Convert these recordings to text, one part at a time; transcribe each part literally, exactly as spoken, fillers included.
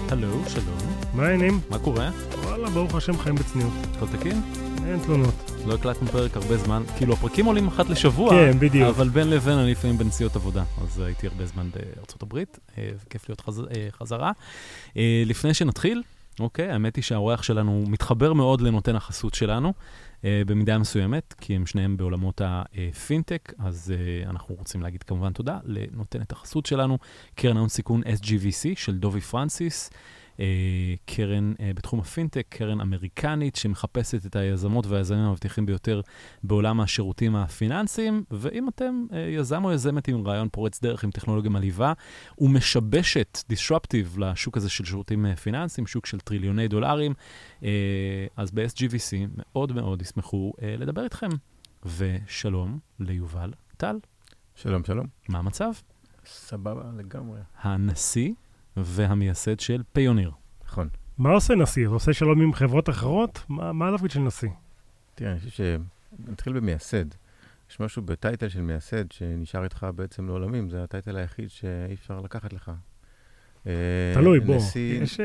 הלו, שלום. מה העניינים? מה קורה? וואלה, ברוך השם חיים בצניעות. הכל תקין? אין תלונות. לא הקלטנו פרק הרבה זמן. כאילו, הפרקים עולים אחת לשבוע. כן, בדיוק. אבל בין לבין אני לפעמים בנסיעות עבודה. אז הייתי הרבה זמן בארצות הברית. וכיף להיות חז... חזרה. לפני שנתחיל, אוקיי, האמת היא שהאורח שלנו מתחבר מאוד לנותן החסות שלנו. במידה מסוימת, כי הם שניהם בעולמות הפינטק, אז אנחנו רוצים להגיד כמובן תודה לנותן את החסות שלנו, קרן ההון סיכון אס ג'י וי סי של דובי פרנסיס, קרן בתחום הפינטק, קרן אמריקנית שמחפשת את היזמות והיזמים המבטיחים ביותר בעולם השירותים הפיננסיים, ואם אתם יזם או יזמת עם רעיון פורץ דרך עם טכנולוגיה מלאיבה, ומשבשת, disruptive לשוק הזה של שירותים פיננסיים, שוק של טריליוני דולרים, אז ב-אס ג'י וי סי מאוד מאוד ישמחו לדבר איתכם. ושלום ליובל טל. שלום, שלום. מה המצב? סבבה לגמרי. הנשיא והמייסד של פיוניר. נכון. מה עושה נשיא? הוא עושה שלום עם חברות אחרות? מה, מה התפקיד של נשיא? תראה, אני חושב שנתחיל במייסד. יש משהו בטייטל של מייסד שנשאר איתך בעצם לעולמים, זה הטייטל היחיד שאי אפשר לקחת לך. תלוי, בוא. נשיא... יש...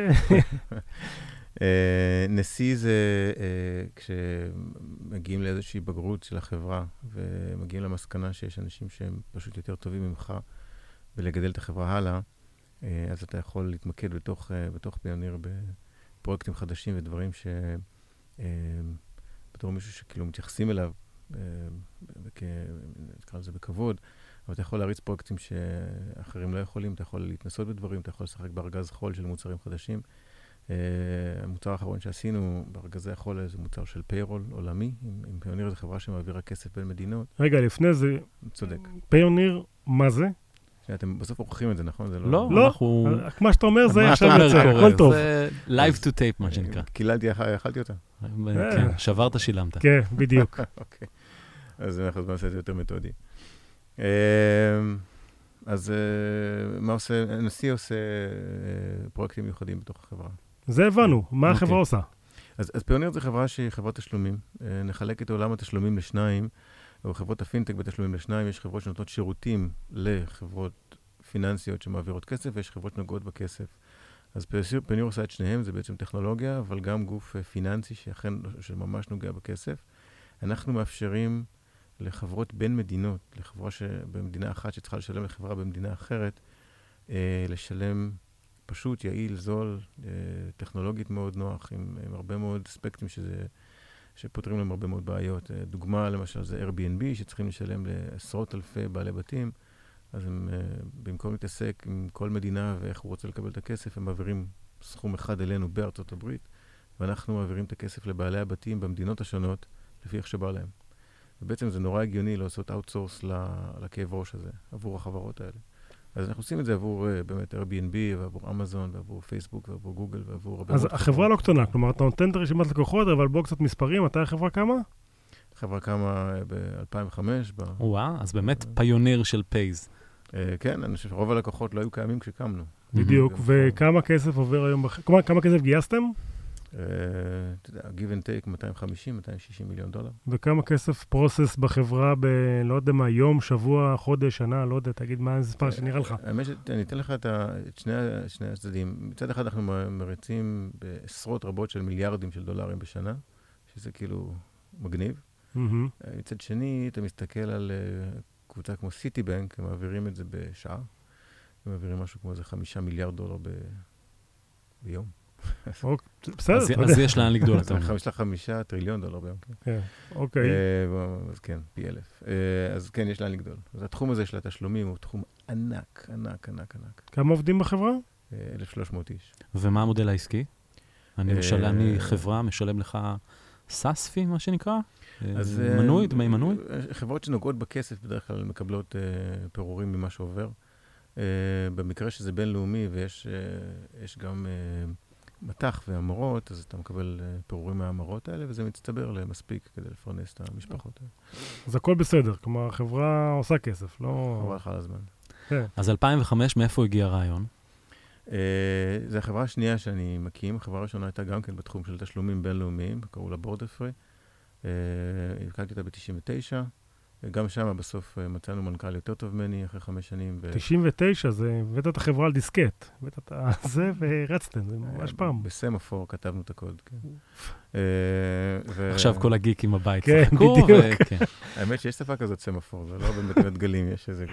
נשיא זה כשמגיעים לאיזושהי בגרות של החברה, ומגיעים למסקנה שיש אנשים שהם פשוט יותר טובים ממך, ולגדל את החברה הלאה, אז אתה יכול להתמקד בתוך, בתוך פיוניר בפרויקטים חדשים ודברים ש... בתור מישהו שכאילו מתייחסים אליו, נקרא לזה בכבוד, אבל אתה יכול להריץ פרויקטים שאחרים לא יכולים, אתה יכול להתנסות בדברים, אתה יכול לשחק בארגז חול של מוצרים חדשים. המוצר האחרון שעשינו בארגזי החול זה מוצר של פיירול עולמי, עם פיוניר זו חברה שמעבירה כסף בין מדינות. רגע, לפני זה... צודק. פיוניר, מה זה? אתם בסוף עורכים את זה, נכון? זה לא, לא, אנחנו... מה שאתה אומר זה מה שאתה עכשיו אומר יוצא, קורה, הכל טוב. זה live to tape, מה שנקרא. קיללתי, אכלתי אותה. כן, שברת, שילמת. כן, בדיוק. אוקיי. אז אנחנו נעשה את זה יותר מתודי. אז מה עושה? נשיא עושה פרויקטים מיוחדים בתוך החברה. זה הבנו. מה החברה עושה? אז פיוניר זו חברה שהיא חברת תשלומים. נחלק את עולם התשלומים לשניים, או חברות הפינטק בתשלומים לשניים. יש חברות שנותנות שירותים לחברות פיננסיות שמעבירות כסף, ויש חברות שנוגעות בכסף. אז פיוניר עושה את שניהם, זה בעצם טכנולוגיה, אבל גם גוף פיננסי שאכן, שממש נוגע בכסף. אנחנו מאפשרים לחברות בין מדינות, לחברה שבמדינה אחת שצריכה לשלם לחברה במדינה אחרת, לשלם פשוט, יעיל, זול, טכנולוגית מאוד נוח, עם, עם הרבה מאוד אספקטים שזה, שפותרים להם הרבה מאוד בעיות. דוגמה, למשל, זה Airbnb, שצריכים לשלם לעשרות אלפי בעלי בתים, אז הם, במקום להתעסק עם כל מדינה ואיך הוא רוצה לקבל את הכסף, הם מעבירים סכום אחד אלינו בארצות הברית, ואנחנו מעבירים את הכסף לבעלי הבתים במדינות השונות, לפי איך שבא להם. ובעצם זה נורא הגיוני לעשות אאוטסורס לכאב ראש הזה, עבור החברות האלה. אז אנחנו עושים את זה עבור באמת Airbnb, ועבור אמזון, ועבור פייסבוק, ועבור גוגל, ועבור הרבה... אז החברה לא קטנה, כלומר, אתה נותן את רשימת לקוחות, אבל בוא קצת מספרים, אתה החברה כמה? חברה קמה ב-אלפיים וחמש. וואו, אז באמת פיוניר של פייז. כן, אני חושב שרוב הלקוחות לא היו קיימים כשקמנו. בדיוק, וכמה כסף עובר היום, כלומר, כמה כסף גייסתם? אתה יודע, give and take מאתיים וחמישים, מאתיים ושישים מיליון דולר. וכמה כסף פרוסס בחברה ב... לא יודע מה, יום, שבוע, חודש, שנה, לא יודע, תגיד מה המספר שנראה לך. האמת שאני אתן לך את שני הצדדים. מצד אחד אנחנו מריצים בעשרות רבות של מיליארדים של דולרים בשנה, שזה כאילו מגניב. מצד שני, אתה מסתכל על קבוצה כמו סיטי בנק, הם מעבירים את זה בשעה, הם מעבירים משהו כמו איזה חמישה מיליארד דולר ביום. בסדר. אז יש לאן לגדול. יש לה חמישה טריליון דולר ביום. אוקיי. אז כן, פי אלף. אז כן, יש לאן לגדול. אז התחום הזה של התשלומים הוא תחום ענק, ענק, ענק, ענק. כמה עובדים בחברה? אלף ושלוש מאות איש. ומה המודל העסקי? אני חברה, משלם לך סאספי, מה שנקרא? מנוי, דמי מנוי? חברות שנוגעות בכסף בדרך כלל מקבלות פירורים ממה שעובר. במקרה שזה בינלאומי ויש גם מתח והמרות, אז אתה מקבל פירורים מהמרות האלה, וזה מצטבר למספיק כדי לפרנס את המשפחות האלה. אז הכל בסדר, כלומר, החברה עושה כסף, לא... חברה לך על הזמן. אז אלפיים וחמש, מאיפה הגיע הרעיון? זו החברה השנייה שאני מקים. החברה הראשונה הייתה גם כן בתחום של תשלומים בינלאומיים, קראו לה בורדפרי. הקמתי אותה ב-תשעים ותשע, גם שם בסוף מצאנו מנכ"ל יותר טוב ממני, אחרי חמש שנים. תשעים ותשע, זה הבאת את החברה על דיסקט. הבאת את זה ורצתם, זה ממש פעם. בסמפור כתבנו את הקוד, כן. עכשיו כל הגיקים בבית. כן, בדיוק. האמת שיש שפה כזאת סמפור, זה לא באמת דגלים, יש איזה...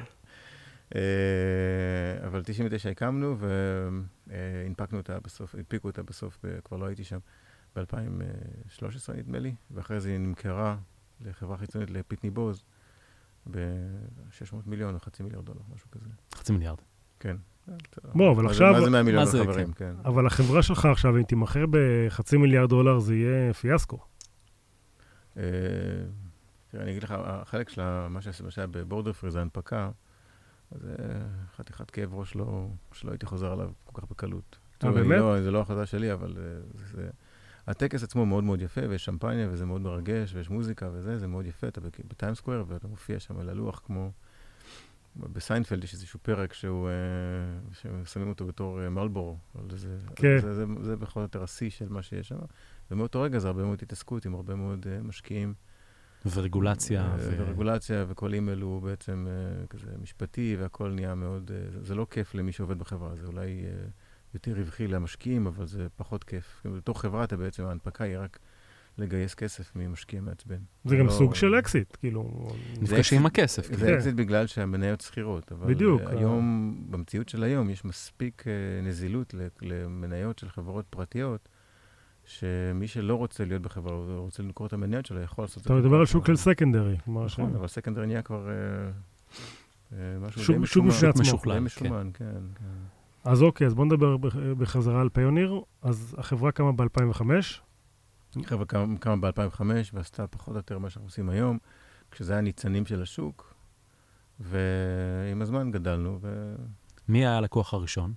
אבל תשעים ותשע הקמנו, והנפקנו אותה בסוף, הנפיקו אותה בסוף, כבר לא הייתי שם, ב-אלפיים ושלוש עשרה נדמה לי, ואחרי זה היא נמכרה לחברה חיצונית לפיטני בוז, ב-שש מאות מיליון או חצי מיליארד דולר, משהו כזה. חצי מיליארד. כן. בוא, אבל עכשיו... מה זה מאה מיליון לחברים, כן. אבל החברה שלך עכשיו, אם תימכר בחצי מיליארד דולר, זה יהיה פיאסקו. תראה, אני אגיד לך, החלק של מה שהיה בבורדר פרי, זה ההנפקה, זה חתיכת כאב ראש שלא הייתי חוזר עליו כל כך בקלות. אה, באמת? זה לא החלטה שלי, אבל זה... הטקס עצמו מאוד מאוד יפה, ויש שמפניה, וזה מאוד מרגש, ויש מוזיקה וזה, זה מאוד יפה. אתה בטיים סקוואר, ואתה מופיע שם על הלוח, כמו... בסיינפלד יש איזשהו פרק שהוא... ששמים אותו בתור מלבורו. כן. זה בכל יותר השיא של מה שיש שם. ומאותו רגע זה הרבה מאוד התעסקות, עם הרבה מאוד משקיעים. ורגולציה. ורגולציה, וכל אימייל הוא בעצם כזה משפטי, והכל נהיה מאוד... זה לא כיף למי שעובד בחברה, זה אולי... יותר רווחי למשקיעים, אבל זה פחות כיף. בתור חברה, אתה בעצם, ההנפקה היא רק לגייס כסף ממשקיע מעצבן. זה גם סוג של אקסיט, כאילו... נפגשים עם הכסף. זה אקסיט בגלל שהמניות שכירות, אבל היום, במציאות של היום, יש מספיק נזילות למניות של חברות פרטיות, שמי שלא רוצה להיות בחברה, או רוצה למכור את המניות שלו, יכול לעשות את זה. אתה מדבר על שוק של סקנדרי. נכון, אבל סקנדרי נהיה כבר משהו די משומן. כן, כן. אז אוקיי, אז בוא נדבר בחזרה על פיוניר. אז החברה קמה ב-אלפיים וחמש? החברה קמה ב-אלפיים וחמש, ועשתה פחות או יותר מה שאנחנו עושים היום, כשזה היה ניצנים של השוק, ועם הזמן גדלנו. ו... מי היה הלקוח הראשון?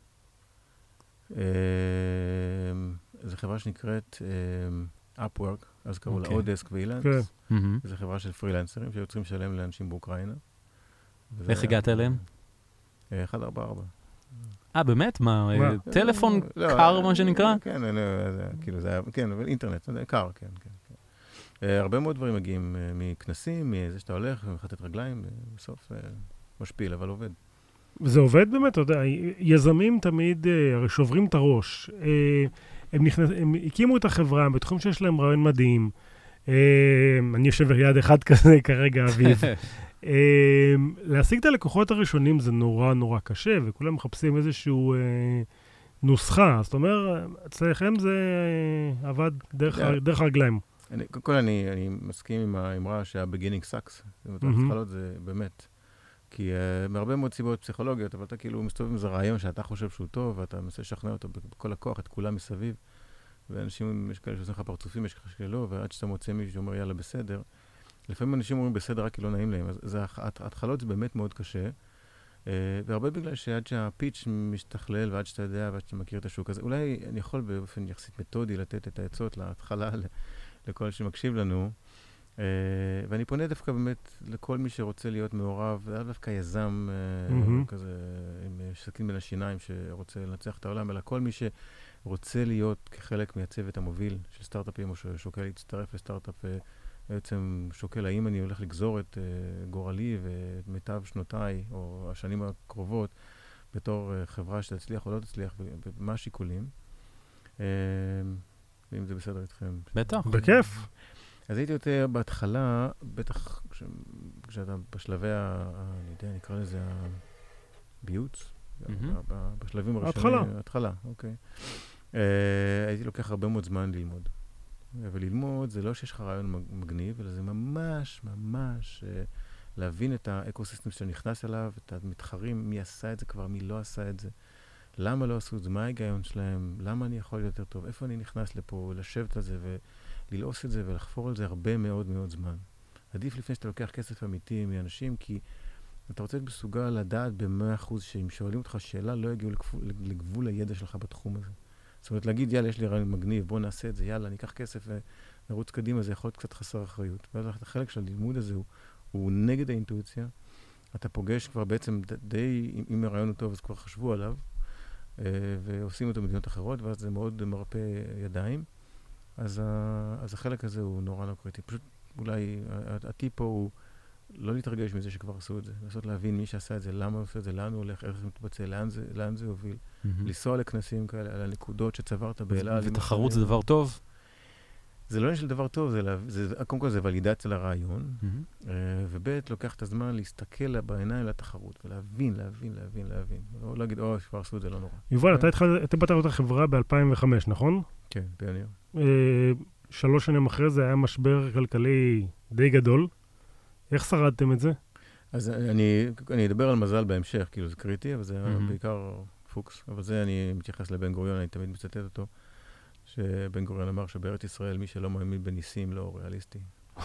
זו חברה שנקראת Upwork, אז קראו לה אודסק ואילנס. זו חברה של פרילנסרים שיוצרים לשלם לאנשים באוקראינה. איך הגעת אליהם? אחת ארבע ארבע. אה, באמת? מה? טלפון קר, מה שנקרא? כן, כאילו זה היה, כן, אבל אינטרנט, קר, כן, כן. הרבה מאוד דברים מגיעים מכנסים, מזה שאתה הולך ומחטט רגליים, בסוף משפיל, אבל עובד. זה עובד באמת, אתה יודע, יזמים תמיד הרי שוברים את הראש. הם הקימו את החברה, בתחום שיש להם רעיון מדהים. אני יושב יד אחד כזה כרגע, אביב. להשיג את הלקוחות הראשונים זה נורא נורא קשה, וכולם מחפשים איזשהו נוסחה. זאת אומרת, אצלכם זה עבד דרך הרגליים. קודם כל אני מסכים עם האמרה שה-beginning sucks. התחלות זה באמת. כי מהרבה מאוד סיבות פסיכולוגיות, אבל אתה כאילו מסתובב עם זה רעיון שאתה חושב שהוא טוב, ואתה מנסה לשכנע אותו בכל הכוח, את כולם מסביב. ואנשים, יש כאלה שעושים לך פרצופים, יש כאלה שלא, ועד שאתה מוצא מישהו שאומר יאללה בסדר. לפעמים אנשים אומרים בסדר רק כי לא נעים להם, אז ההתחלות זה באמת מאוד קשה, והרבה בגלל שעד שהפיץ' משתכלל ועד שאתה יודע ועד שאתה מכיר את השוק הזה, אולי אני יכול באופן יחסית מתודי לתת את העצות להתחלה לכל שמקשיב לנו, ואני פונה דווקא באמת לכל מי שרוצה להיות מעורב, זה דווקא יזם כזה עם שסכין בין השיניים שרוצה לנצח את העולם, אלא כל מי שרוצה להיות כחלק מהצוות המוביל של סטארט-אפים או ששוקל להצטרף לסטארט-אפ בעצם שוקל האם אני הולך לגזור את uh, גורלי ואת מיטב שנותיי, או השנים הקרובות, בתור uh, חברה שתצליח או לא תצליח, ומה השיקולים. Uh, ואם זה בסדר איתכם. בטח. בכיף. אז הייתי יותר בהתחלה, בטח כש, כשאתה בשלבי, ה, אני יודע, נקרא לזה הביוץ, mm-hmm. בשלבים הראשונים. התחלה. התחלה, אוקיי. Uh, הייתי לוקח הרבה מאוד זמן ללמוד. וללמוד, זה לא שיש לך רעיון מגניב, אלא זה ממש, ממש אה, להבין את האקוסיסטם שאתה נכנס אליו, את המתחרים, מי עשה את זה כבר, מי לא עשה את זה, למה לא עשו את זה, מה ההיגיון שלהם, למה אני יכול להיות יותר טוב, איפה אני נכנס לפה, לשבת על זה וללעוס את זה ולחפור על זה הרבה מאוד מאוד זמן. עדיף לפני שאתה לוקח כסף אמיתי מאנשים, כי אתה רוצה להיות מסוגל לדעת במאה אחוז שאם שואלים אותך שאלה, לא יגיעו לגבול, לגבול הידע שלך בתחום הזה. זאת אומרת, להגיד, יאללה, יש לי רעיון מגניב, בוא נעשה את זה, יאללה, ניקח כסף ונרוץ קדימה, זה יכול להיות קצת חסר אחריות. ואז החלק של הלימוד הזה הוא, הוא נגד האינטואיציה. אתה פוגש כבר בעצם די, אם הרעיון הוא טוב, אז כבר חשבו עליו, ועושים אותו במדינות אחרות, ואז זה מאוד מרפא ידיים. אז, אז החלק הזה הוא נורא לא קריטי. פשוט אולי הטיפ פה הוא לא להתרגש מזה שכבר עשו את זה, לנסות להבין מי שעשה את זה, למה הוא עושה את זה, לאן הוא הולך, איך זה מתבצע, לאן זה, לאן זה הוביל. Mm-hmm. לנסוע לכנסים כאלה, על הנקודות שצברת באלעד. ותחרות זה דבר טוב? זה לא של דבר טוב, זה, זה, קודם כל זה ולידציה לרעיון, Mm-hmm. וב' לוקח את הזמן להסתכל בעיניים לתחרות, ולהבין, להבין, להבין, להבין. לא להגיד, או, שכבר עשו את זה, לא נורא. יובל, אתה התחלת את החברה ב-אלפיים וחמש, נכון? כן, פיוניר. שלוש שנים אחרי זה היה משבר כלכלי די גדול. איך שרדתם את זה? אז אני, אני אדבר על מזל בהמשך, כאילו זה קריטי, אבל זה Mm-hmm. בעיקר פוקס. אבל זה אני מתייחס לבן גוריון, אני תמיד מצטט אותו, שבן גוריון אמר שבארץ ישראל מי שלא מאמין בניסים לא ריאליסטי.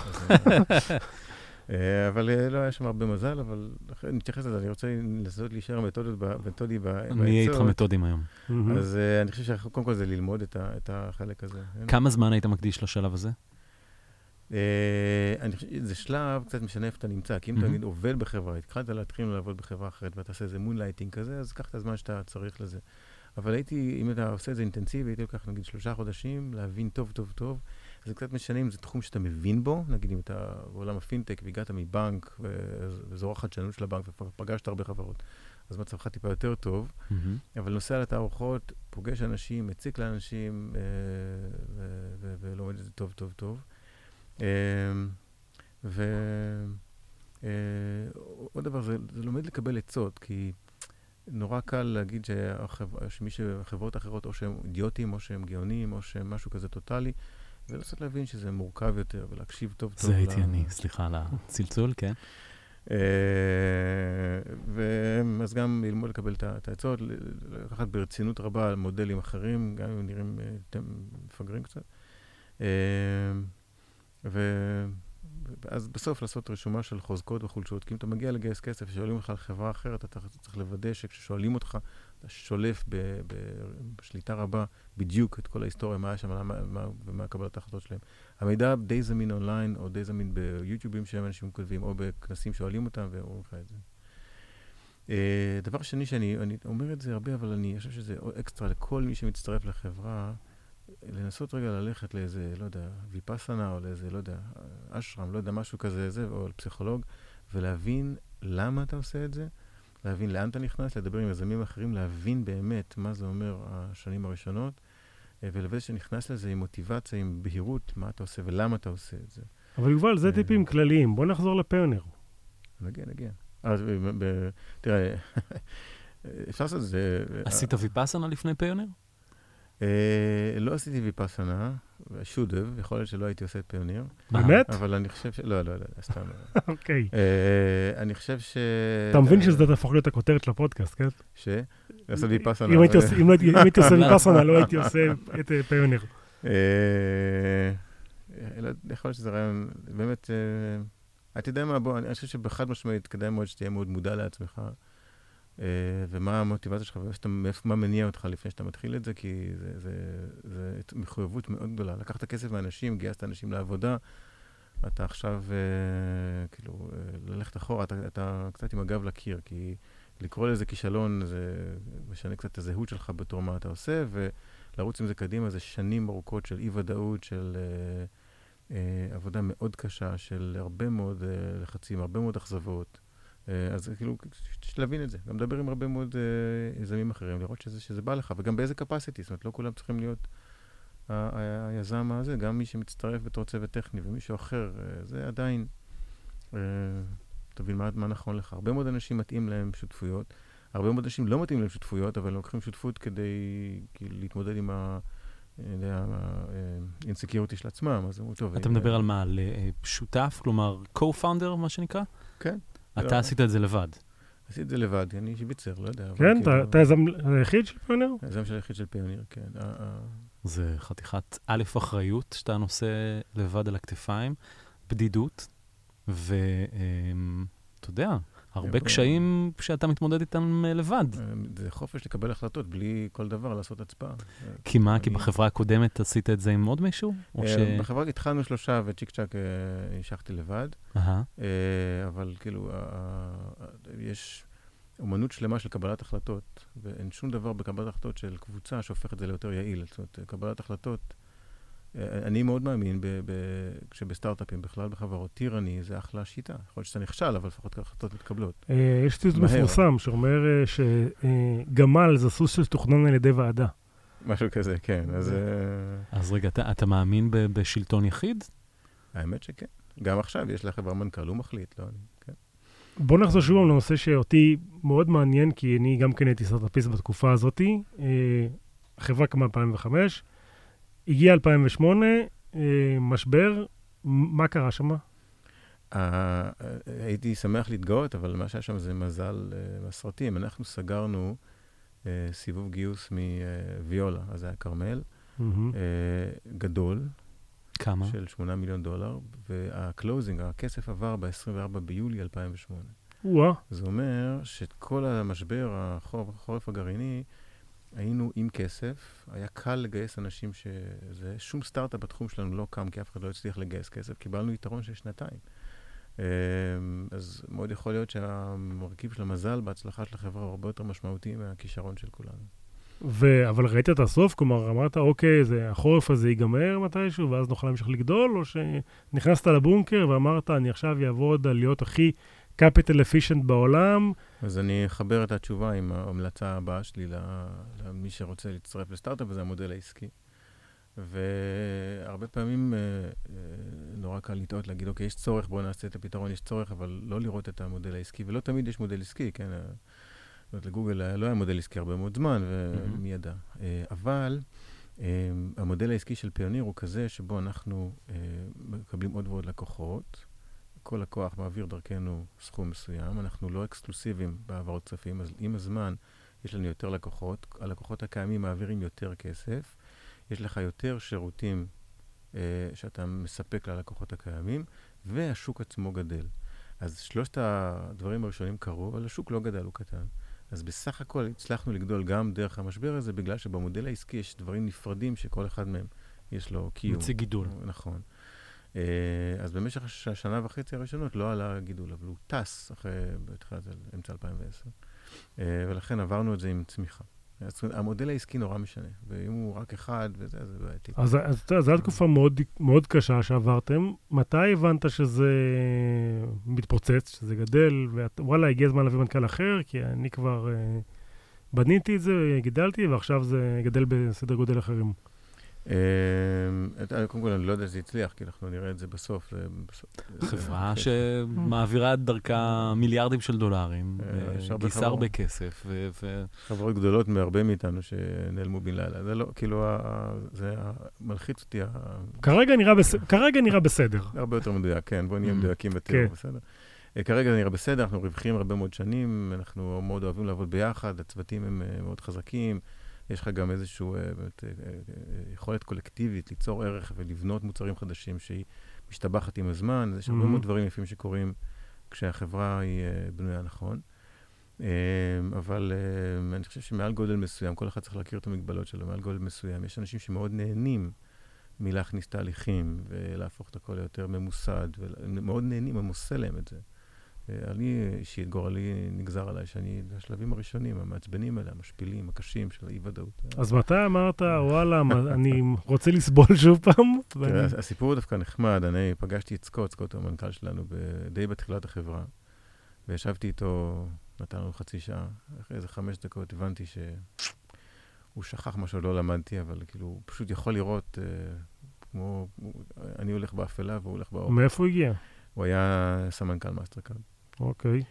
אבל לא היה שם הרבה מזל, אבל נתייחס לזה, אני רוצה לנסות להישאר מתודי בעצות. מי יהיה איתך מתודים היום? אז אני חושב שקודם כל זה ללמוד את החלק הזה. כמה זמן היית מקדיש לשלב הזה? זה שלב קצת משנה איפה אתה נמצא, כי אם אתה נגיד עובד בחברה, התחלת להתחיל לעבוד בחברה אחרת, ואתה עושה איזה מונלייטינג כזה, אז קח את הזמן שאתה צריך לזה. אבל הייתי, אם אתה עושה את זה אינטנסיבי, הייתי לוקח נגיד שלושה חודשים, להבין טוב טוב טוב. זה קצת משנה אם זה תחום שאתה מבין בו, נגיד אם אתה בעולם הפינטק והגעת מבנק, וזו החדשנות של הבנק, ופגשת הרבה חברות, אז מצבך טיפה יותר טוב, אבל נוסע לתערוכות, פוגש אנשים, מציק לאנשים, ולומד את זה טוב טוב טוב. ועוד דבר, זה לומד לקבל עצות, כי נורא קל להגיד שהחברות האחרות או שהם אידיוטים, או שהם גאונים, או שהם משהו כזה טוטלי, ולנסות להבין שזה מורכב יותר, ולהקשיב טוב טוב. זה הייתי אני, סליחה על הצלצול, כן. ואז גם ללמוד לקבל את העצות, לקחת ברצינות רבה על מודלים אחרים, גם אם נראים מפגרים קצת. ואז בסוף לעשות רשומה של חוזקות וחולשות, כי אם אתה מגיע לגייס כסף ושואלים אותך על חברה אחרת, אתה צריך לוודא שכששואלים אותך, אתה שולף בשליטה רבה בדיוק את כל ההיסטוריה, מה היה שם ומה קבלת ההחלטות שלהם. המידע די זמין אונליין, או די זמין ביוטיובים שהם אנשים כותבים, או בכנסים שואלים אותם ואומרים לך את זה. דבר שני שאני אומר את זה הרבה, אבל אני חושב שזה אקסטרה לכל מי שמצטרף לחברה, לנסות רגע ללכת לאיזה, לא יודע, ויפאסנה, או לאיזה, לא יודע, אשרם, לא יודע, משהו כזה, זה, או לפסיכולוג, ולהבין למה אתה עושה את זה, להבין לאן אתה נכנס, לדבר עם יזמים אחרים, להבין באמת מה זה אומר השנים הראשונות, ולוודא שנכנס לזה עם מוטיבציה, עם בהירות, מה אתה עושה ולמה אתה עושה את זה. אבל יובל, זה טיפים כלליים. בוא נחזור לפיוניר. נגיע, נגיע. אז, תראה, אפשר לעשות את זה... עשית ויפאסנה לפני פיוניר? לא עשיתי ויפאסנה, should have, יכול להיות שלא הייתי עושה את פיוניר. באמת? אבל אני חושב ש... לא, לא, לא, סתם. אוקיי. אני חושב ש... אתה מבין שזה תהפוך להיות הכותרת של הפודקאסט, כן? ש? לעשות ויפאסנה. אם הייתי עושה ויפאסנה, לא הייתי עושה את פיוניר. יכול להיות שזה רעיון, באמת, אתה יודע מה, בוא, אני חושב שבחד משמעית כדאי מאוד שתהיה מאוד מודע לעצמך, ומה המוטיבציה שלך, ומה מניע אותך לפני שאתה מתחיל את זה, כי זה מחויבות מאוד גדולה. לקחת כסף מאנשים, גייסת אנשים לעבודה, אתה עכשיו, כאילו, ללכת אחורה, אתה קצת עם הגב לקיר, כי לקרוא לזה כישלון, זה משנה קצת את הזהות שלך בתור מה אתה עושה, ולרוץ עם זה קדימה, זה שנים ארוכות של אי-ודאות, של עבודה מאוד קשה, של הרבה מאוד לחצים, הרבה מאוד אכזבות. אז כאילו, להבין את זה. גם לדבר עם הרבה מאוד יזמים אחרים, לראות שזה, שזה בא לך, וגם באיזה capacity, זאת אומרת, לא כולם צריכים להיות היזם הזה, גם מי שמצטרף בתור צוות טכני, ומישהו אחר, זה עדיין, תבין מה, מה נכון לך. הרבה מאוד אנשים מתאים להם שותפויות, הרבה מאוד אנשים לא מתאים להם שותפויות, אבל לוקחים שותפות כדי כאילו, להתמודד עם ה... האינסקיוריטי של עצמם, אז הוא טוב. אתה מדבר על מה? על שותף? כלומר, co-founder, מה שנקרא? כן. אתה עשית את זה לבד. עשית את זה לבד, אני שוויצר, לא יודע. כן, אתה היזם היחיד של פיוניר? היזם של היחיד של פיוניר, כן. זה חתיכת א' אחריות, שאתה נושא לבד על הכתפיים, בדידות, ואתה יודע, הרבה קשיים שאתה מתמודד איתם לבד. זה חופש לקבל החלטות, בלי כל דבר לעשות הצבעה. כי מה? כי בחברה הקודמת עשית את זה עם עוד מישהו? בחברה התחלנו שלושה וצ'יק צ'ק המשכתי לבד. אבל כאילו, יש אומנות שלמה של קבלת החלטות, ואין שום דבר בקבלת החלטות של קבוצה שהופך את זה ליותר יעיל. זאת אומרת, קבלת החלטות אני מאוד מאמין שבסטארט-אפים בכלל, בחברות טירני, זה אחלה שיטה. יכול להיות שאתה נכשל, אבל לפחות ככה החלטות מתקבלות. יש ציטוט מפורסם שאומר שגמל זה סוס שתוכנן על ידי ועדה. משהו כזה, כן. אז רגע, אתה מאמין בשלטון יחיד? האמת שכן. גם עכשיו יש לחברה מנכ"ל, הוא מחליט, לא אני, כן. בוא נחזור שוב לנושא שאותי מאוד מעניין, כי אני גם כן הייתי סטארט-אפיסט בתקופה הזאת. החברה קמה אלפיים וחמש, הגיע אלפיים ושמונה, משבר, מה קרה שם? הייתי שמח להתגאות, אבל מה שהיה שם זה מזל מהסרטים. אנחנו סגרנו סיבוב גיוס מוויולה, אז זה היה קרמל, גדול. כמה? של שמונה מיליון דולר, והקלוזינג, הכסף עבר ב-עשרים וארבעה ביולי אלפיים ושמונה. וואה. זה אומר שכל המשבר, החורף הגרעיני, היינו עם כסף, היה קל לגייס אנשים שזה, שום סטארט-אפ בתחום שלנו לא קם, כי אף אחד לא הצליח לגייס כסף, קיבלנו יתרון של שנתיים. אז מאוד יכול להיות שהמרכיב של המזל בהצלחה של החברה הוא הרבה יותר משמעותי מהכישרון של כולנו. ו... אבל ראית את הסוף? כלומר, אמרת, אוקיי, זה, החורף הזה ייגמר מתישהו, ואז נוכל להמשיך לגדול, או שנכנסת לבונקר ואמרת, אני עכשיו אעבוד על להיות הכי capital efficient בעולם? אז אני אחבר את התשובה עם ההמלצה הבאה שלי למי שרוצה להצטרף לסטארט-אפ, וזה המודל העסקי. והרבה פעמים נורא קל לטעות להגיד, אוקיי, יש צורך, בואו נעשה את הפתרון, יש צורך, אבל לא לראות את המודל העסקי, ולא תמיד יש מודל עסקי, כן? לגוגל לא היה מודל עסקי הרבה מאוד זמן, ומי ידע. אבל המודל העסקי של פיוניר הוא כזה שבו אנחנו מקבלים עוד ועוד לקוחות. כל לקוח מעביר דרכנו סכום מסוים. אנחנו לא אקסקלוסיביים בעברות כספים, אז עם הזמן יש לנו יותר לקוחות. הלקוחות הקיימים מעבירים יותר כסף. יש לך יותר שירותים שאתה מספק ללקוחות הקיימים, והשוק עצמו גדל. אז שלושת הדברים הראשונים קרו, אבל השוק לא גדל, הוא קטן. אז בסך הכל הצלחנו לגדול גם דרך המשבר הזה, בגלל שבמודל העסקי יש דברים נפרדים שכל אחד מהם יש לו קיום. מציג גידול. נכון. אז במשך השנה וחצי הראשונות לא עלה גידול, אבל הוא טס אחרי, בתחילת אמצע אלפיים ועשר. ולכן עברנו את זה עם צמיחה. המודל העסקי נורא משנה, ואם הוא רק אחד וזה, זה בעייתי. אז זו התקופה מאוד, מאוד קשה שעברתם. מתי הבנת שזה מתפוצץ, שזה גדל, ווואלה, הגיע הזמן להביא מנכ"ל אחר, כי אני כבר בניתי את זה, גידלתי, ועכשיו זה גדל בסדר גודל אחרים. קודם כל, אני לא יודע שזה יצליח, כי אנחנו נראה את זה בסוף. חברה שמעבירה את דרכה מיליארדים של דולרים, גיסה הרבה כסף. חברות גדולות מהרבה מאיתנו שנעלמו בן לילה. זה לא, כאילו, זה מלחיץ אותי. כרגע נראה בסדר. הרבה יותר מדויק, כן. בואו נהיה מדויקים בתיאור, בסדר. כרגע זה נראה בסדר, אנחנו רווחים הרבה מאוד שנים, אנחנו מאוד אוהבים לעבוד ביחד, הצוותים הם מאוד חזקים. יש לך גם איזושהי יכולת קולקטיבית ליצור ערך ולבנות מוצרים חדשים שהיא משתבחת עם הזמן. יש הרבה מאוד דברים יפים שקורים כשהחברה היא בנויה נכון. אבל אני חושב שמעל גודל מסוים, כל אחד צריך להכיר את המגבלות שלו, מעל גודל מסוים. יש אנשים שמאוד נהנים מלהכניס תהליכים ולהפוך את הכל ליותר ממוסד, ומאוד נהנים, הם עושה להם את זה. אני אישית, גורלי נגזר עליי שאני, השלבים הראשונים, המעצבנים האלה, המשפילים, הקשים של האי-ודאות. אז מתי אמרת, וואלה, אני רוצה לסבול שוב פעם? הסיפור הוא דווקא נחמד, אני פגשתי את סקוט, סקוט הוא המנכ"ל שלנו, די בתחילת החברה, וישבתי איתו, נתנו חצי שעה, אחרי איזה חמש דקות הבנתי שהוא שכח מה שלא למדתי, אבל כאילו, הוא פשוט יכול לראות כמו, אני הולך באפלה והוא הולך באור. מאיפה הוא הגיע? הוא היה סמנכ"ל מאסטרקארד. אוקיי.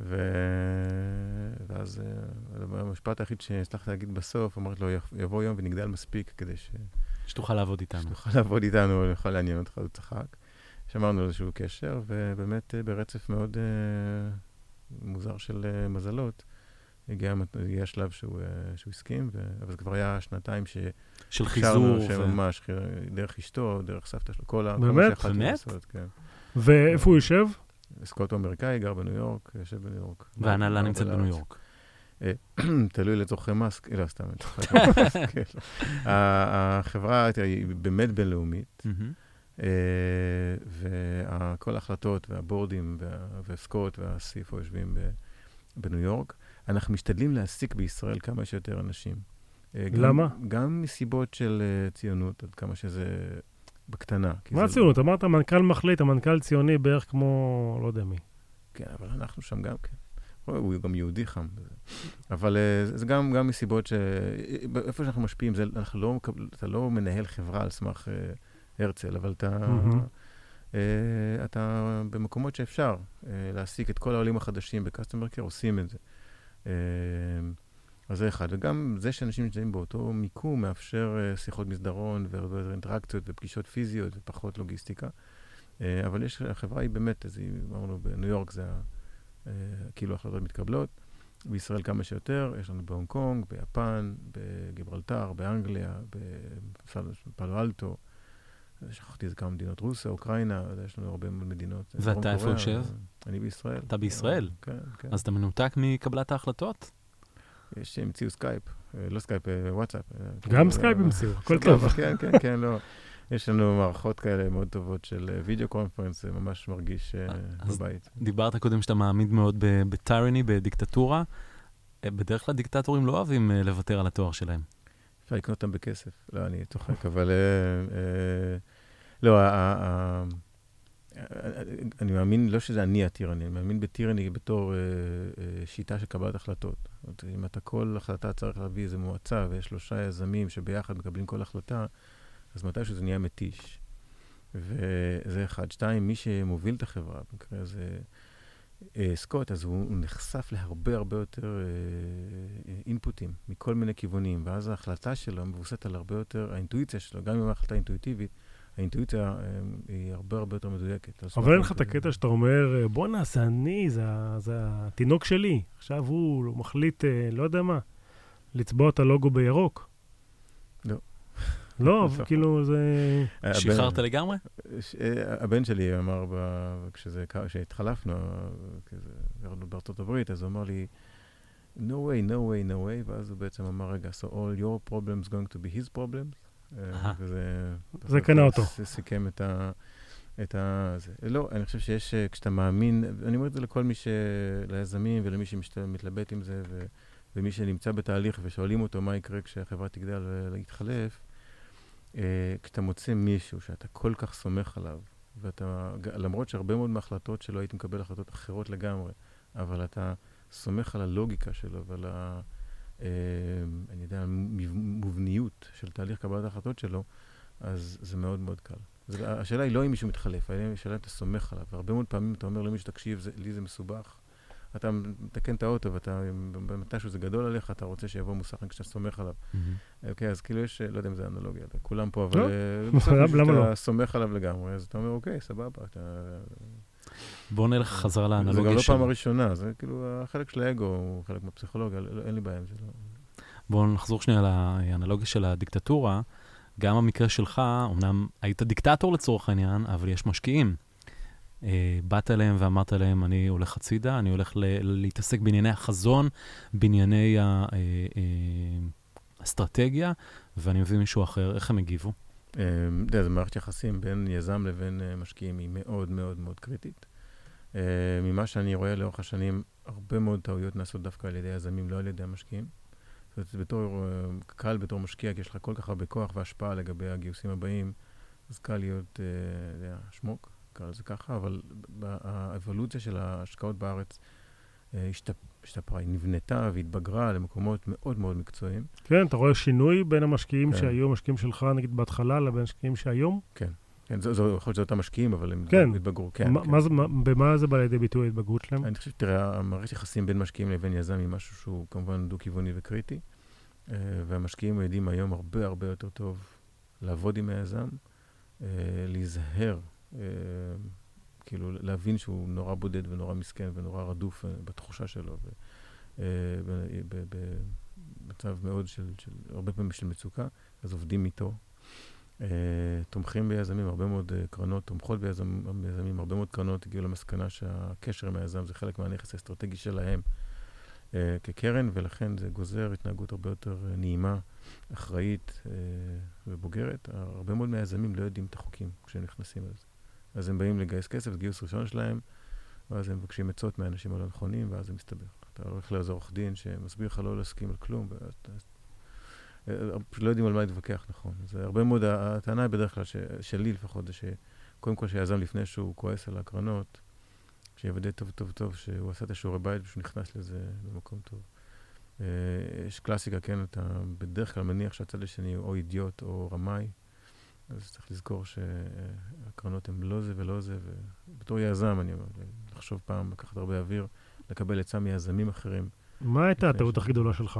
ואז המשפט היחיד שהצלחתי להגיד בסוף, אמרתי לו, יבוא יום ונגדל מספיק כדי ש... שתוכל לעבוד איתנו. שתוכל לעבוד איתנו, יוכל לעניין אותך, הוא צחק. שמרנו על איזשהו קשר, ובאמת ברצף מאוד מוזר של מזלות, הגיע השלב שהוא הסכים, אבל זה כבר היה שנתיים ש... של חיזור. שממש, דרך אשתו, דרך סבתא שלו, כל ה... באמת? באמת? ואיפה הוא יושב? סקוט הוא אמריקאי, גר בניו יורק, יושב בניו יורק. והנהלה נמצאת בניו יורק. תלוי לצורכי מסק, לא, סתם. החברה היא באמת בינלאומית, וכל ההחלטות והבורדים והסקוט והסיפו יושבים בניו יורק. אנחנו משתדלים להעסיק בישראל כמה שיותר אנשים. למה? גם מסיבות של ציונות, עד כמה שזה בקטנה. מה הציונות? אמרת מנכ"ל מחליט, המנכ"ל ציוני בערך כמו, לא יודע מי. כן, אבל אנחנו שם גם, כן. הוא גם יהודי חם. אבל זה גם, גם מסיבות ש... איפה שאנחנו משפיעים, זה, אנחנו לא, אתה לא מנהל חברה על סמך הרצל, אבל אתה, mm-hmm. אתה במקומות שאפשר להעסיק את כל העולים החדשים בקסטומר קר, עושים את זה. אז זה אחד. וגם זה שאנשים נמצאים באותו מיקום מאפשר שיחות מסדרון ואינטראקציות ופגישות פיזיות ופחות לוגיסטיקה. אבל יש, החברה היא באמת, אז היא, אמרנו, בניו יורק זה כאילו החלטות מתקבלות, בישראל כמה שיותר, יש לנו בהונג קונג, ביפן, בגיברלטר, באנגליה, בפאלו אלטו, שכחתי איזה כמה מדינות, רוסיה, אוקראינה, יש לנו הרבה מדינות. ואתה איפה יושב? אני בישראל. אתה בישראל? כן, כן. אז אתה מנותק מקבלת ההחלטות? יש המציאו סקייפ, לא סקייפ, וואטסאפ. גם סקייפ המציאו, הכל טוב. כן, כן, כן, לא. יש לנו מערכות כאלה מאוד טובות של וידאו קונפרנס, זה ממש מרגיש בבית. דיברת קודם שאתה מעמיד מאוד בטיירני, בדיקטטורה. בדרך כלל דיקטטורים לא אוהבים לוותר על התואר שלהם. אפשר לקנות אותם בכסף. לא, אני צוחק, אבל... לא, אני מאמין, לא שזה אני הטירני, אני מאמין בטירני בתור שיטה של קבלת החלטות. אם אתה כל החלטה צריך להביא איזו מועצה, ויש שלושה יזמים שביחד מקבלים כל החלטה, אז מתי שזה נהיה מתיש. וזה אחד. שתיים, מי שמוביל את החברה, במקרה הזה סקוט, אז הוא נחשף להרבה הרבה יותר אינפוטים, מכל מיני כיוונים, ואז ההחלטה שלו מבוססת על הרבה יותר, האינטואיציה שלו, גם אם ההחלטה אינטואיטיבית, האינטואיציה היא הרבה הרבה יותר מדויקת. אבל אין לך את הקטע שאתה אומר, בוא נעשה, אני, זה התינוק שלי. עכשיו הוא מחליט, לא יודע מה, לצבוע את הלוגו בירוק. לא. לא, כאילו זה... שחררת לגמרי? הבן שלי אמר, כשהתחלפנו, ירדנו בארצות הברית, אז הוא אמר לי, no way, no way, no way, ואז הוא בעצם אמר, רגע, so all your problems going to be his problems? זה קנה אותו. זה סיכם את ה... לא, אני חושב שיש, כשאתה מאמין, אני אומר את זה לכל מי ש... ליזמים ולמי שמתלבט עם זה, ומי שנמצא בתהליך ושואלים אותו מה יקרה כשהחברה תגדל ולהתחלף, כשאתה מוצא מישהו שאתה כל כך סומך עליו, ואתה, למרות שהרבה מאוד מההחלטות שלו הייתי מקבל החלטות אחרות לגמרי, אבל אתה סומך על הלוגיקה שלו ועל ה... אני יודע, מובניות של תהליך קבלת ההחלטות שלו, אז זה מאוד מאוד קל. השאלה היא לא אם מישהו מתחלף, השאלה אם אתה סומך עליו. והרבה מאוד פעמים אתה אומר למישהו, תקשיב, לי זה מסובך. אתה מתקן את האוטו, ואתה, במתישהו זה גדול עליך, אתה רוצה שיבוא מוסך כשאתה סומך עליו. אוקיי, אז כאילו יש, לא יודע אם זה אנלוגיה, כולם פה, אבל אתה סומך עליו לגמרי, אז אתה אומר, אוקיי, סבבה. בוא נלך חזרה לאנלוגיה שלו. זה גם לא פעם הראשונה, זה כאילו החלק של האגו, הוא חלק מהפסיכולוגיה, אין לי בעיה עם זה. בואו נחזור שנייה לאנלוגיה של הדיקטטורה. גם המקרה שלך, אמנם היית דיקטטור לצורך העניין, אבל יש משקיעים. באת אליהם ואמרת להם, אני הולך הצידה, אני הולך להתעסק בענייני החזון, בענייני האסטרטגיה, ואני מביא מישהו אחר. איך הם הגיבו? זה מערכת יחסים בין יזם לבין משקיעים היא מאוד מאוד מאוד קריטית. ממה שאני רואה לאורך השנים, הרבה מאוד טעויות נעשות דווקא על ידי יזמים, לא על ידי המשקיעים. זאת אומרת, בתור קל, בתור משקיע, כי יש לך כל כך הרבה כוח והשפעה לגבי הגיוסים הבאים, אז קל להיות שמוק, קל זה ככה, אבל האבולוציה של ההשקעות בארץ השתפרה, היא נבנתה והתבגרה למקומות מאוד מאוד מקצועיים. כן, אתה רואה שינוי בין המשקיעים שהיו משקיעים שלך, נגיד בהתחלה, לבין המשקיעים שהיום? כן. כן, יכול להיות שזה אותם משקיעים, אבל הם התבגרו. במה זה בא לידי ביטוי ההתבגרות שלהם? אני חושב שתראה, המערכת יחסים בין משקיעים לבין יזם היא משהו שהוא כמובן דו-כיווני וקריטי, והמשקיעים יודעים היום הרבה הרבה יותר טוב לעבוד עם היזם, להיזהר, כאילו להבין שהוא נורא בודד ונורא מסכן ונורא רדוף בתחושה שלו, במצב מאוד של, הרבה פעמים של מצוקה, אז עובדים איתו. Uh, תומכים ביזמים, הרבה מאוד uh, קרנות, תומכות ביזמים, הרבה מאוד קרנות הגיעו למסקנה שהקשר עם היזם זה חלק מהנכס האסטרטגי שלהם uh, כקרן, ולכן זה גוזר התנהגות הרבה יותר uh, נעימה, אחראית uh, ובוגרת. הרבה מאוד מהיזמים לא יודעים את החוקים כשהם נכנסים לזה. אז הם באים לגייס כסף, גיוס ראשון שלהם, ואז הם מבקשים עצות מהאנשים הלא נכונים, ואז זה מסתבך. אתה הולך לאיזה עורך דין שמסביר לך לא להסכים על כלום, ואז פשוט לא יודעים על מה להתווכח, נכון. זה הרבה מאוד, הטענה היא בדרך כלל, שלי לפחות, זה שקודם כל שיזם לפני שהוא כועס על הקרנות, שיוודא טוב טוב טוב שהוא עשה את השיעורי בית ושהוא נכנס לזה במקום טוב. יש קלאסיקה, כן, אתה בדרך כלל מניח שהצד השני או אידיוט או רמאי, אז צריך לזכור שהקרנות הן לא זה ולא זה, ובתור יזם אני אומר, לחשוב פעם, לקחת הרבה אוויר, לקבל עצה מיזמים אחרים. מה הייתה הטעות הכי גדולה שלך?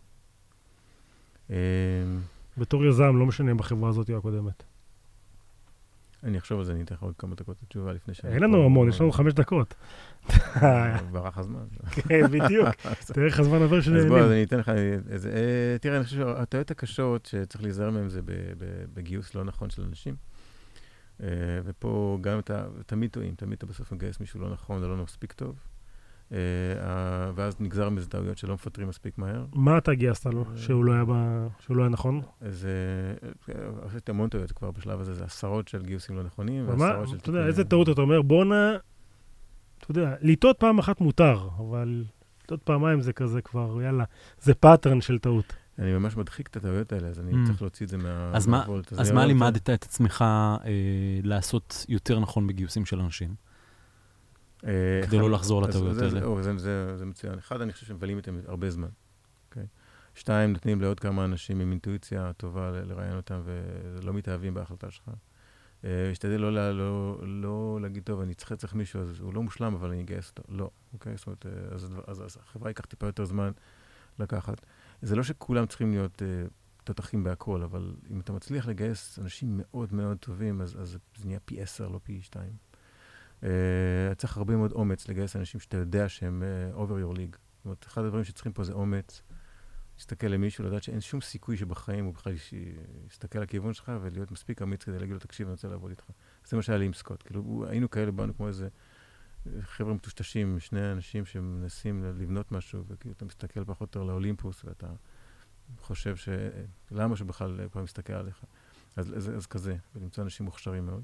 בתור יזם, לא משנה בחברה הזאת או הקודמת. אני אחשוב על זה, אני אתן לך עוד כמה דקות תשובה לפני שאני... אין לנו המון, יש לנו חמש דקות. ברח הזמן. כן, בדיוק. תראה איך הזמן עובר שנהנים. אז בוא, אז אני אתן לך איזה... תראה, אני חושב שהטעויות הקשות שצריך להיזהר מהם זה בגיוס לא נכון של אנשים. ופה גם אתה תמיד טועים, תמיד אתה בסוף מגייס מישהו לא נכון, זה לא מספיק טוב. ואז נגזר מזה טעויות שלא מפטרים מספיק מהר. מה אתה גייסת לו, שהוא לא היה נכון? אז עשיתי המון טעויות כבר בשלב הזה, זה עשרות של גיוסים לא נכונים, ועשרות של... אתה יודע, איזה טעות אתה אומר, בוא נע... אתה יודע, לטעות פעם אחת מותר, אבל לטעות פעמיים זה כזה כבר, יאללה, זה פאטרן של טעות. אני ממש מדחיק את הטעויות האלה, אז אני צריך להוציא את זה מה... אז מה לימדת את עצמך לעשות יותר נכון בגיוסים של אנשים? כדי לא לחזור לטעויות האלה. זה מצוין. אחד, אני חושב שמבלים איתם הרבה זמן. שתיים, נותנים לעוד כמה אנשים עם אינטואיציה טובה לראיין אותם, ולא מתאהבים בהחלטה שלך. השתדל לא להגיד, טוב, אני צריך צריך מישהו, אז הוא לא מושלם, אבל אני אגייס אותו. לא. זאת אומרת, אז החברה ייקח טיפה יותר זמן לקחת. זה לא שכולם צריכים להיות תותחים בהכל, אבל אם אתה מצליח לגייס אנשים מאוד מאוד טובים, אז זה נהיה פי עשר, לא פי שתיים. צריך הרבה מאוד אומץ לגייס אנשים שאתה יודע שהם over your league. זאת אומרת, אחד הדברים שצריכים פה זה אומץ, להסתכל למישהו, לדעת שאין שום סיכוי שבחיים הוא בכלל יסתכל לכיוון שלך, ולהיות מספיק אמיץ כדי להגיד לו, תקשיב, אני רוצה לעבוד איתך. זה מה שהיה לי עם סקוט. כאילו, היינו כאלה, באנו כמו איזה חבר'ה מטושטשים, שני אנשים שמנסים לבנות משהו, וכאילו אתה מסתכל פחות או יותר לאולימפוס, ואתה חושב ש... למה שבכלל פעם מסתכל עליך? אז, אז, אז כזה, ולמצוא אנשים מוכשרים מאוד.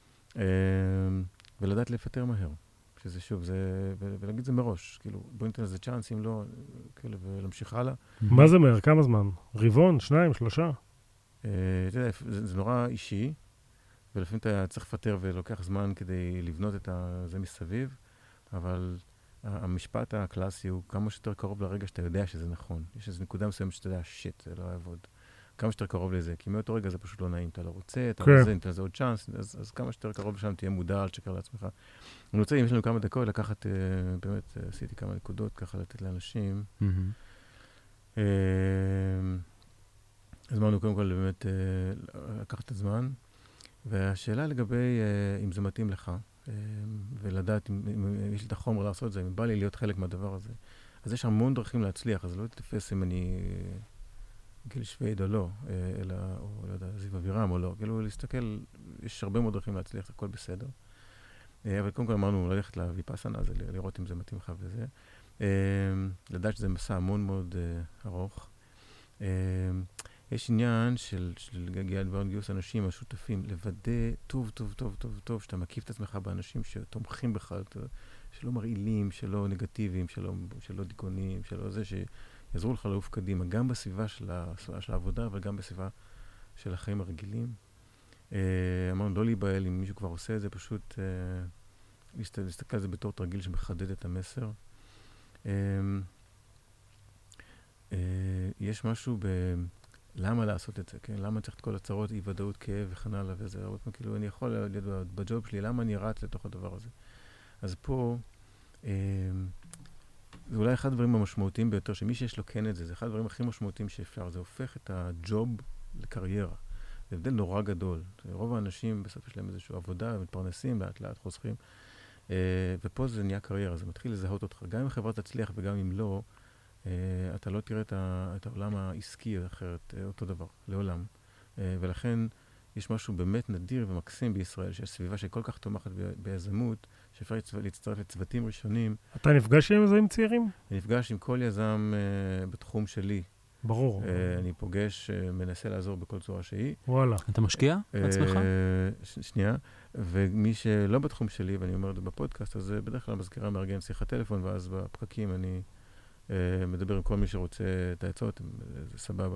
ולדעת לפטר מהר. שזה שוב, זה, ולהגיד זה מראש, כאילו, בוא ניתן לזה צ'אנס, אם לא, כאילו, ולהמשיך הלאה. מה זה מהר? כמה זמן? רבעון, שניים, שלושה? אתה יודע, זה נורא אישי, ולפעמים אתה צריך לפטר ולוקח זמן כדי לבנות את זה מסביב, אבל המשפט הקלאסי הוא כמה שיותר קרוב לרגע שאתה יודע שזה נכון. יש איזו נקודה מסוימת שאתה יודע, שיט, זה לא יעבוד. כמה שיותר קרוב לזה, כי מאותו רגע זה פשוט לא נעים, אתה לא רוצה, אתה רוצה, ניתן לזה עוד צ'אנס, אז, אז כמה שיותר קרוב לשם תהיה מודע על שקר לעצמך. אני רוצה, אם יש לנו כמה דקות, לקחת, uh, באמת, uh, עשיתי כמה נקודות, ככה לתת לאנשים. Mm-hmm. Uh, אז אמרנו, קודם כל, באמת, uh, לקחת את הזמן, והשאלה לגבי uh, אם זה מתאים לך, uh, ולדעת אם, אם, אם יש לי את החומר לעשות את זה, אם בא לי להיות חלק מהדבר הזה. אז יש המון דרכים להצליח, אז לא תתפס אם אני... גיל שוויד או לא, אלא, או לא יודע, זיו אבירם או לא, כאילו להסתכל, יש הרבה מאוד דרכים להצליח, זה הכל בסדר. אבל קודם כל אמרנו ללכת לויפאסנה, זה לראות אם זה מתאים לך וזה. לדעת שזה מסע המון מאוד ארוך. יש עניין של גיל דבר גיוס אנשים, השותפים, לוודא טוב, טוב, טוב, טוב, טוב, שאתה מקיף את עצמך באנשים שתומכים בך, שלא מרעילים, שלא נגטיביים, שלא דיכאוניים, שלא זה ש... יעזרו לך לעוף קדימה, גם בסביבה של, ה, של העבודה, אבל גם בסביבה של החיים הרגילים. אה, אמרנו, לא להיבהל אם מישהו כבר עושה את זה, פשוט אה, להסת, להסתכל על זה בתור תרגיל שמחדד את המסר. אה, אה, יש משהו ב... למה לעשות את זה, כן? למה צריך את כל הצרות, אי ודאות, כאב וכן הלאה וזה? הרבה פעמים, כאילו, אני יכול להיות בג'וב שלי, למה אני רץ לתוך הדבר הזה? אז פה... אה, זה אולי אחד הדברים המשמעותיים ביותר, שמי שיש לו כן את זה, זה אחד הדברים הכי משמעותיים שאפשר. זה הופך את הג'וב לקריירה. זה הבדל נורא גדול. רוב האנשים בסוף יש להם איזושהי עבודה, מתפרנסים, לאט לאט חוסכים. ופה זה נהיה קריירה, זה מתחיל לזהות אותך. גם אם החברה תצליח וגם אם לא, אתה לא תראה את העולם העסקי אחרת, אותו דבר, לעולם. ולכן יש משהו באמת נדיר ומקסים בישראל, שיש סביבה שכל כך תומכת ביזמות, שאפשר להצטרף לצוותים ראשונים. אתה נפגש עם יזמים צעירים? אני נפגש עם כל יזם uh, בתחום שלי. ברור. Uh, אני פוגש, uh, מנסה לעזור בכל צורה שהיא. וואלה. אתה משקיע בעצמך? Uh, ש- שנייה. ומי שלא בתחום שלי, ואני אומר את זה בפודקאסט, אז בדרך כלל מזכירה מארגן שיחת טלפון, ואז בפרקים אני uh, מדבר עם כל מי שרוצה את העצות, זה סבבה.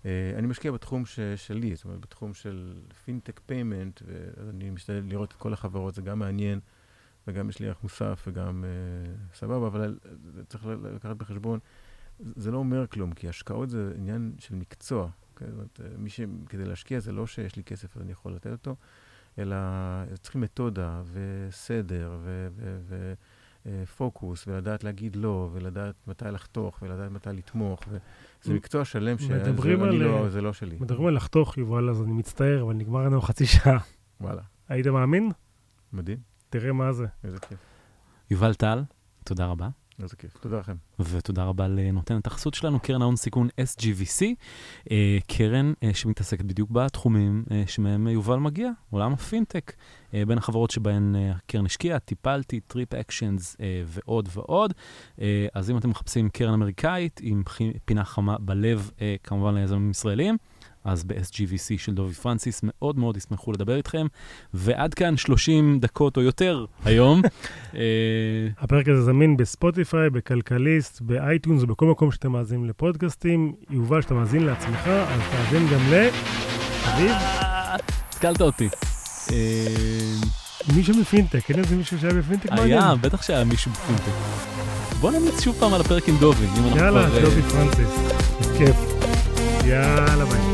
אני משקיע בתחום שלי, זאת אומרת, בתחום של פינטק פיימנט, ואני משתדל לראות את כל החברות, זה גם מעניין, וגם יש לי ערך מוסף, וגם סבבה, אבל צריך לקחת בחשבון, זה לא אומר כלום, כי השקעות זה עניין של מקצוע. זאת אומרת, מי שכדי להשקיע זה לא שיש לי כסף, אז אני יכול לתת אותו, אלא צריכים מתודה וסדר ופוקוס, ולדעת להגיד לא, ולדעת מתי לחתוך, ולדעת מתי לתמוך, וזה מקצוע שלם שזה לא שלי. מדברים על לחתוך, יובל, אז אני מצטער, אבל נגמר לנו חצי שעה. וואלה. היית מאמין? מדהים. תראה מה זה. איזה כיף. יובל טל, תודה רבה. איזה כיף. תודה לכם. ותודה רבה לנותנת החסות שלנו, קרן ההון סיכון אס ג'י וי סי, אה, קרן אה, שמתעסקת בדיוק בתחומים אה, שמהם יובל מגיע, עולם הפינטק, אה, בין החברות שבהן אה, קרן השקיעה, טיפלתי, טריפ אקשנס אה, ועוד ועוד. אה, אז אם אתם מחפשים קרן אמריקאית עם פינה חמה בלב, אה, כמובן ליזמים ישראלים, אז ב-אס ג'י וי סי של דובי פרנסיס מאוד מאוד ישמחו לדבר איתכם, ועד כאן שלושים דקות או יותר היום. הפרק הזה זמין בספוטיפיי, בכלכליסט, באייטיונס, ובכל מקום שאתם מאזינים לפודקאסטים. יובל, שאתה מאזין לעצמך, אז תאזין גם ל... אביב? התקלת אותי. מישהו מפינטק, אין איזה מישהו שהיה בפינטק מעניין? היה, בטח שהיה מישהו בפינטק. בוא נמליץ שוב פעם על הפרק עם דובי. יאללה, דובי פרנסיס. כיף. יאללה, ביי.